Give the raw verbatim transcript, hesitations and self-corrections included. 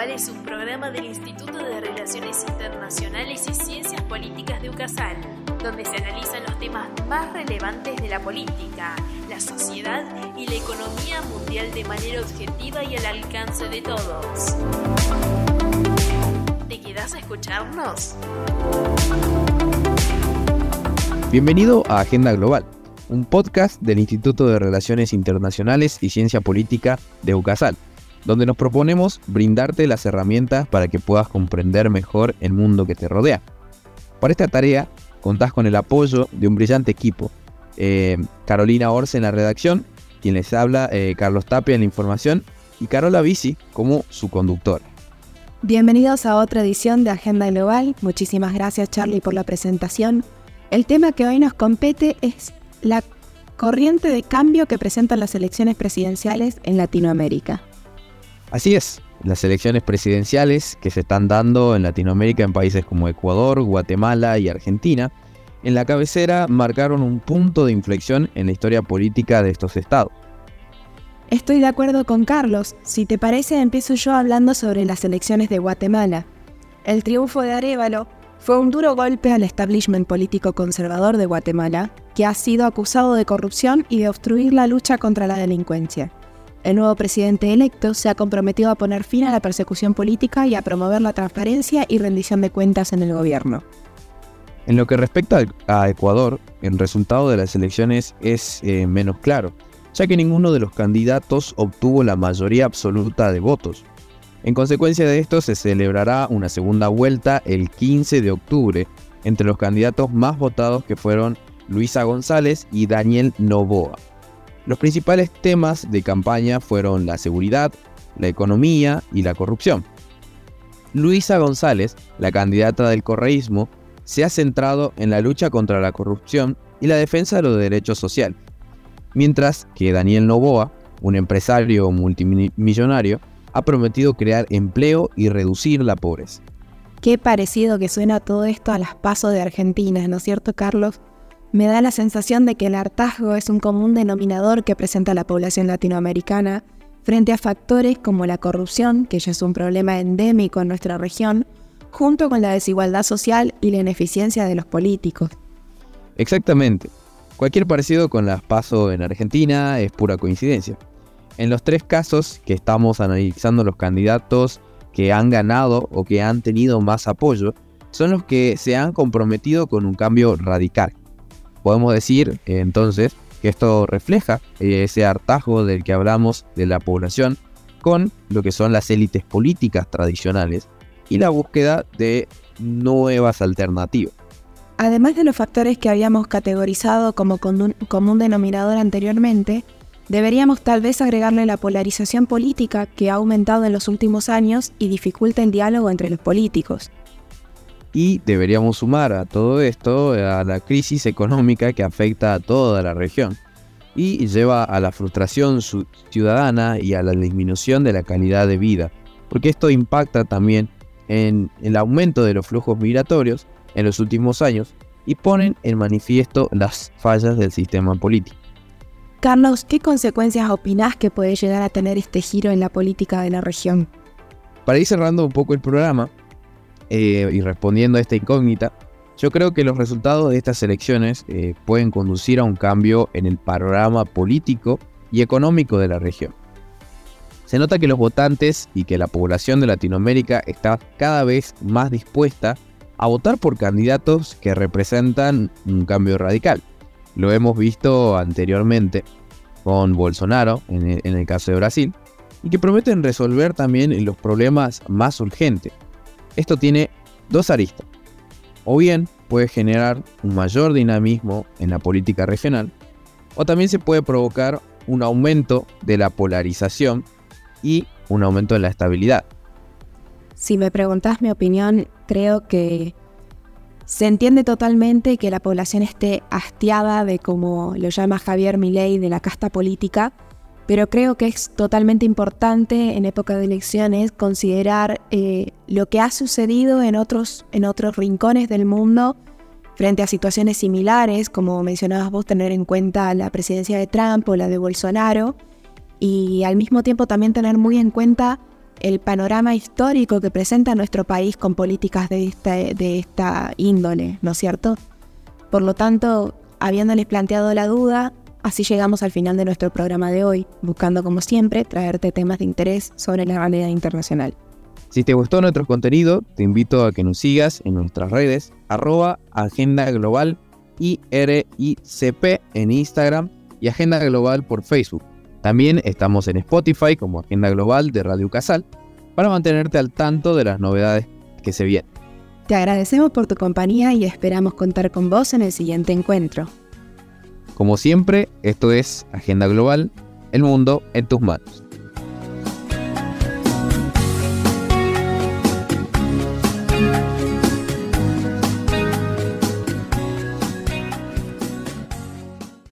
Global es un programa del Instituto de Relaciones Internacionales y Ciencias Políticas de UCASAL, donde se analizan los temas más relevantes de la política, la sociedad y la economía mundial de manera objetiva y al alcance de todos. ¿Te quedás a escucharnos? Bienvenido a Agenda Global, un podcast del Instituto de Relaciones Internacionales y Ciencia Política de UCASAL, donde nos proponemos brindarte las herramientas para que puedas comprender mejor el mundo que te rodea. Para esta tarea contás con el apoyo de un brillante equipo. Eh, Carolina Orce en la redacción, quien les habla, eh, Carlos Tapia en la información y Carola Bici como su conductora. Bienvenidos a otra edición de Agenda Global. Muchísimas gracias, Charlie, por la presentación. El tema que hoy nos compete es la corriente de cambio que presentan las elecciones presidenciales en Latinoamérica. Así es, las elecciones presidenciales que se están dando en Latinoamérica en países como Ecuador, Guatemala y Argentina, en la cabecera marcaron un punto de inflexión en la historia política de estos estados. Estoy de acuerdo con Carlos. Si te parece, empiezo yo hablando sobre las elecciones de Guatemala. El triunfo de Arévalo fue un duro golpe al establishment político conservador de Guatemala, que ha sido acusado de corrupción y de obstruir la lucha contra la delincuencia. El nuevo presidente electo se ha comprometido a poner fin a la persecución política y a promover la transparencia y rendición de cuentas en el gobierno. En lo que respecta a Ecuador, el resultado de las elecciones es eh, menos claro, ya que ninguno de los candidatos obtuvo la mayoría absoluta de votos. En consecuencia de esto, se celebrará una segunda vuelta el quince de octubre entre los candidatos más votados, que fueron Luisa González y Daniel Noboa. Los principales temas de campaña fueron la seguridad, la economía y la corrupción. Luisa González, la candidata del correísmo, se ha centrado en la lucha contra la corrupción y la defensa de los derechos sociales, mientras que Daniel Noboa, un empresario multimillonario, ha prometido crear empleo y reducir la pobreza. Qué parecido que suena todo esto a las PASO de Argentina, ¿no es cierto, Carlos? Me da la sensación de que el hartazgo es un común denominador que presenta la población latinoamericana frente a factores como la corrupción, que ya es un problema endémico en nuestra región, junto con la desigualdad social y la ineficiencia de los políticos. Exactamente. Cualquier parecido con las PASO en Argentina es pura coincidencia. En los tres casos que estamos analizando, los candidatos que han ganado o que han tenido más apoyo son los que se han comprometido con un cambio radical. Podemos decir, entonces, que esto refleja ese hartazgo del que hablamos de la población con lo que son las élites políticas tradicionales y la búsqueda de nuevas alternativas. Además de los factores que habíamos categorizado como común denominador anteriormente, deberíamos tal vez agregarle la polarización política que ha aumentado en los últimos años y dificulta el diálogo entre los políticos. Y deberíamos sumar a todo esto a la crisis económica que afecta a toda la región y lleva a la frustración ciudadana y a la disminución de la calidad de vida, porque esto impacta también en el aumento de los flujos migratorios en los últimos años y ponen en manifiesto las fallas del sistema político. Carlos, ¿qué consecuencias opinás que puede llegar a tener este giro en la política de la región? Para ir cerrando un poco el programa, Eh, y respondiendo a esta incógnita, yo creo que los resultados de estas elecciones eh, pueden conducir a un cambio en el panorama político y económico de la región. Se nota que los votantes y que la población de Latinoamérica está cada vez más dispuesta a votar por candidatos que representan un cambio radical. Lo hemos visto anteriormente con Bolsonaro, en el, en el caso de Brasil, y que prometen resolver también los problemas más urgentes. Esto tiene dos aristas. O bien puede generar un mayor dinamismo en la política regional, o también se puede provocar un aumento de la polarización y un aumento de la estabilidad. Si me preguntás mi opinión, creo que se entiende totalmente que la población esté hastiada de, como lo llama Javier Milei, de la casta política, pero creo que es totalmente importante en época de elecciones considerar eh, lo que ha sucedido en otros, en otros rincones del mundo frente a situaciones similares, como mencionabas vos, tener en cuenta la presidencia de Trump o la de Bolsonaro, y al mismo tiempo también tener muy en cuenta el panorama histórico que presenta nuestro país con políticas de esta, de esta índole, ¿no es cierto? Por lo tanto, habiéndoles planteado la duda, así llegamos al final de nuestro programa de hoy, buscando como siempre traerte temas de interés sobre la realidad internacional. Si te gustó nuestro contenido, te invito a que nos sigas en nuestras redes, arroba Agenda Global I R I C P en Instagram y Agenda Global por Facebook. También estamos en Spotify como Agenda Global de Radio Casal para mantenerte al tanto de las novedades que se vienen. Te agradecemos por tu compañía y esperamos contar con vos en el siguiente encuentro. Como siempre, esto es Agenda Global, el mundo en tus manos.